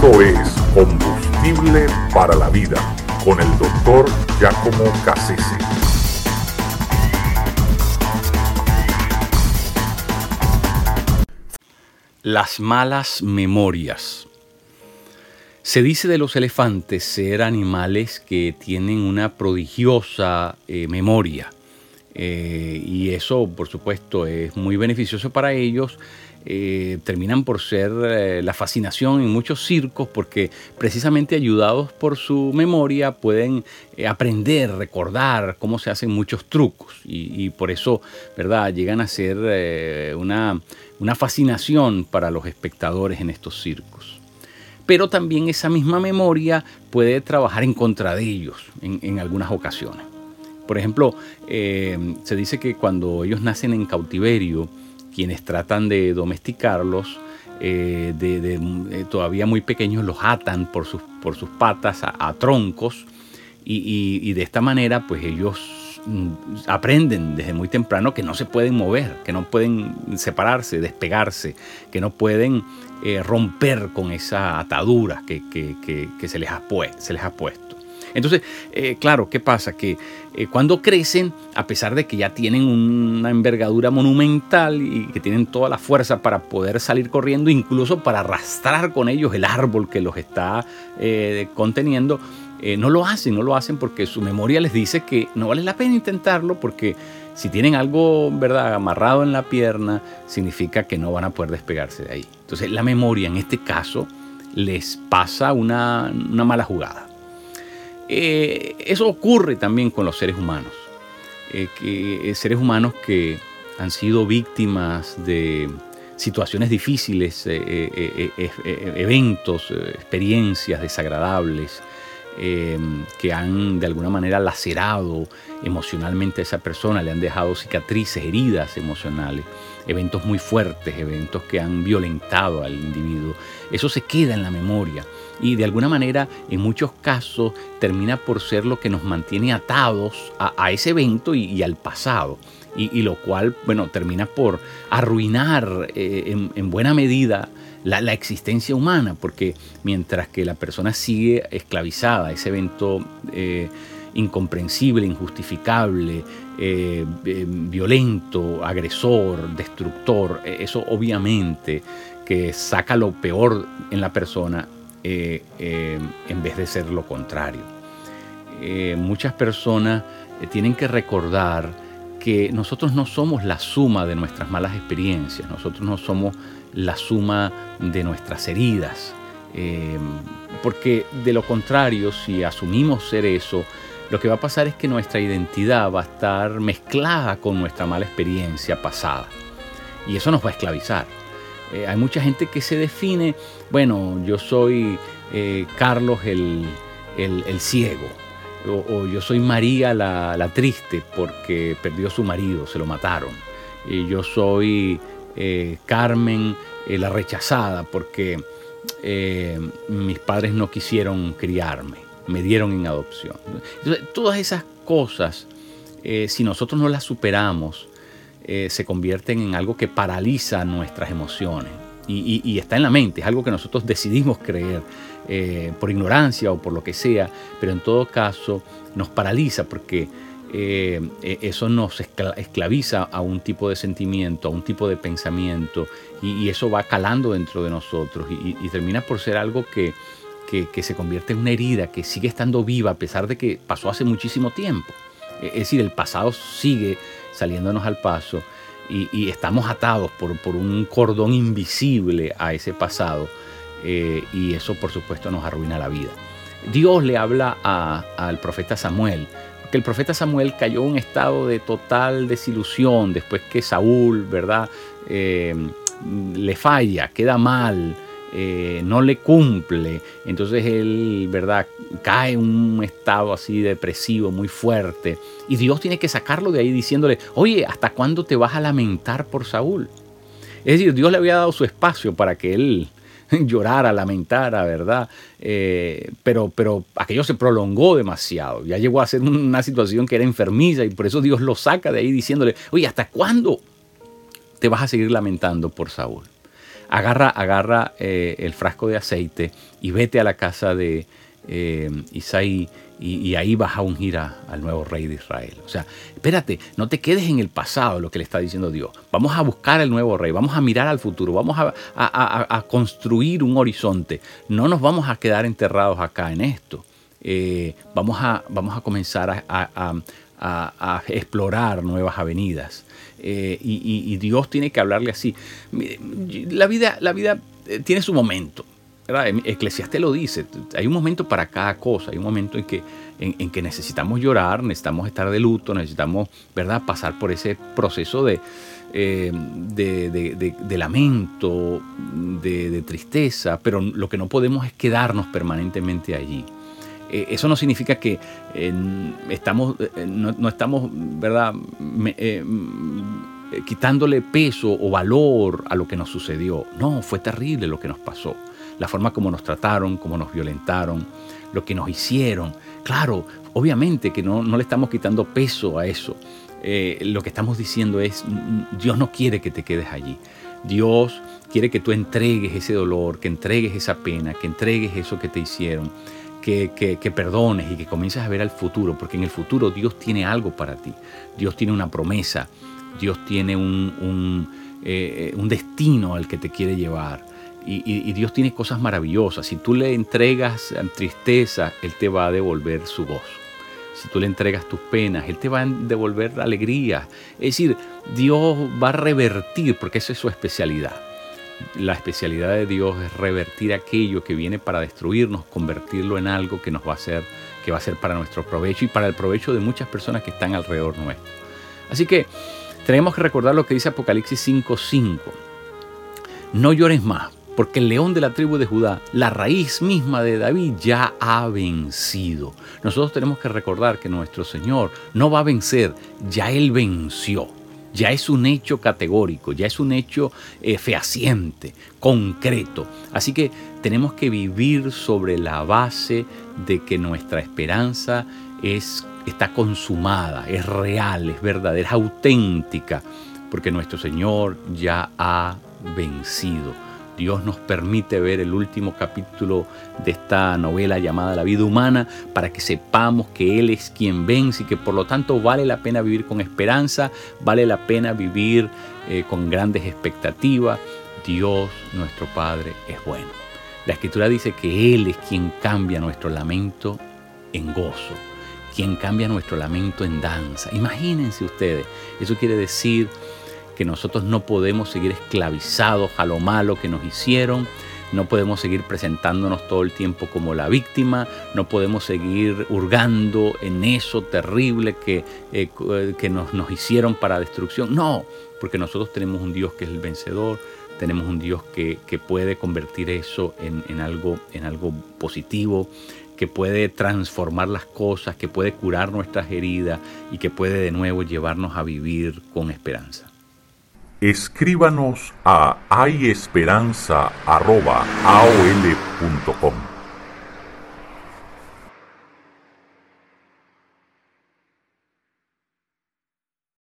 Esto es Combustible para la Vida con el Dr. Giacomo Cassese. Las malas memorias. Se dice de los elefantes ser animales que tienen una prodigiosa memoria. Y eso, por supuesto, es muy beneficioso para ellos. Terminan por ser la fascinación en muchos circos porque precisamente ayudados por su memoria pueden aprender, recordar cómo se hacen muchos trucos y por eso, ¿verdad?, llegan a ser una fascinación para los espectadores en estos circos. Pero también esa misma memoria puede trabajar en contra de ellos en algunas ocasiones. Por ejemplo, se dice que cuando ellos nacen en cautiverio, quienes tratan de domesticarlos, todavía muy pequeños, los atan por sus patas a troncos y de esta manera pues ellos aprenden desde muy temprano que no se pueden mover, que no pueden separarse, despegarse, que no pueden romper con esa atadura que se les ha puesto. Entonces, claro, ¿qué pasa? Que cuando crecen, a pesar de que ya tienen una envergadura monumental y que tienen toda la fuerza para poder salir corriendo, incluso para arrastrar con ellos el árbol que los está conteniendo, no lo hacen porque su memoria les dice que no vale la pena intentarlo porque si tienen algo, ¿verdad?, amarrado en la pierna, significa que no van a poder despegarse de ahí. Entonces, la memoria en este caso les pasa una mala jugada. Eso ocurre también con los seres humanos, seres humanos que han sido víctimas de situaciones difíciles, eventos, experiencias desagradables que han de alguna manera lacerado emocionalmente a esa persona, le han dejado cicatrices, heridas emocionales, eventos muy fuertes, eventos que han violentado al individuo. Eso se queda en la memoria y de alguna manera en muchos casos termina por ser lo que nos mantiene atados a ese evento y al pasado y lo cual, bueno, termina por arruinar en buena medida la existencia humana, porque mientras que la persona sigue esclavizada a ese evento incomprensible, injustificable, violento, agresor, destructor, eso obviamente que saca lo peor en la persona en vez de ser lo contrario. Muchas personas tienen que recordar que nosotros no somos la suma de nuestras malas experiencias, nosotros no somos la suma de nuestras heridas, porque de lo contrario, si asumimos ser eso, lo que va a pasar es que nuestra identidad va a estar mezclada con nuestra mala experiencia pasada y eso nos va a esclavizar. Hay mucha gente que se define, bueno, yo soy Carlos el ciego, o yo soy María la triste porque perdió su marido, se lo mataron. Yo soy Carmen la rechazada porque mis padres no quisieron criarme, me dieron en adopción. Entonces, todas esas cosas, si nosotros no las superamos, se convierten en algo que paraliza nuestras emociones y está en la mente, es algo que nosotros decidimos creer por ignorancia o por lo que sea, pero en todo caso nos paraliza porque eso nos esclaviza a un tipo de sentimiento, a un tipo de pensamiento y eso va calando dentro de nosotros y termina por ser algo que se convierte en una herida que sigue estando viva a pesar de que pasó hace muchísimo tiempo. Es decir, el pasado sigue saliéndonos al paso y estamos atados por un cordón invisible a ese pasado y eso por supuesto nos arruina la vida. Dios le habla al profeta Samuel, porque el profeta Samuel cayó en un estado de total desilusión después que Saúl, ¿verdad?, le falla, queda mal, no le cumple, entonces él, ¿verdad?, cae en un estado así depresivo muy fuerte y Dios tiene que sacarlo de ahí diciéndole, oye, ¿hasta cuándo te vas a lamentar por Saúl? Es decir, Dios le había dado su espacio para que él llorara, lamentara, ¿verdad? Pero aquello se prolongó demasiado, ya llegó a ser una situación que era enfermiza y por eso Dios lo saca de ahí diciéndole, oye, ¿hasta cuándo te vas a seguir lamentando por Saúl? agarra el frasco de aceite y vete a la casa de Isaí, y ahí vas a ungir al nuevo rey de Israel. O sea, espérate, no te quedes en el pasado, lo que le está diciendo Dios. Vamos a buscar el nuevo rey, vamos a mirar al futuro, vamos a construir un horizonte. No nos vamos a quedar enterrados acá en esto. Vamos a comenzar a explorar nuevas avenidas. Y Dios tiene que hablarle así. La vida tiene su momento, ¿verdad? Eclesiastés lo dice, hay un momento para cada cosa, hay un momento en que necesitamos llorar, necesitamos estar de luto, necesitamos, ¿verdad?, pasar por ese proceso de lamento, de tristeza, pero lo que no podemos es quedarnos permanentemente allí. Eso no significa que no estamos, ¿verdad?, quitándole peso o valor a lo que nos sucedió. No, fue terrible lo que nos pasó. La forma como nos trataron, como nos violentaron, lo que nos hicieron. Claro, obviamente que no le estamos quitando peso a eso. Lo que estamos diciendo es, Dios no quiere que te quedes allí. Dios quiere que tú entregues ese dolor, que entregues esa pena, que entregues eso que te hicieron, que perdones y que comiences a ver al futuro, porque en el futuro Dios tiene algo para ti. Dios tiene una promesa, Dios tiene un destino al que te quiere llevar. Y Dios tiene cosas maravillosas. Si tú le entregas tristeza, Él te va a devolver su gozo. Si tú le entregas tus penas, Él te va a devolver alegría. Es decir, Dios va a revertir, porque esa es su especialidad. La especialidad de Dios es revertir aquello que viene para destruirnos, convertirlo en algo que va a ser para nuestro provecho y para el provecho de muchas personas que están alrededor nuestro. Así que tenemos que recordar lo que dice Apocalipsis 5:5. No llores más, porque el león de la tribu de Judá, la raíz misma de David, ya ha vencido. Nosotros tenemos que recordar que nuestro Señor no va a vencer, ya Él venció. Ya es un hecho categórico, ya es un hecho fehaciente, concreto. Así que tenemos que vivir sobre la base de que nuestra esperanza está consumada, es real, es verdadera, es auténtica, porque nuestro Señor ya ha vencido. Dios nos permite ver el último capítulo de esta novela llamada La vida humana para que sepamos que Él es quien vence y que por lo tanto vale la pena vivir con esperanza, vale la pena vivir con grandes expectativas. Dios, nuestro Padre, es bueno. La Escritura dice que Él es quien cambia nuestro lamento en gozo, quien cambia nuestro lamento en danza. Imagínense ustedes, eso quiere decir que nosotros no podemos seguir esclavizados a lo malo que nos hicieron, no podemos seguir presentándonos todo el tiempo como la víctima, no podemos seguir hurgando en eso terrible que nos hicieron para destrucción. No, porque nosotros tenemos un Dios que es el vencedor, tenemos un Dios que puede convertir eso en algo positivo, que puede transformar las cosas, que puede curar nuestras heridas y que puede de nuevo llevarnos a vivir con esperanza. Escríbanos a hayesperanza@aol.com.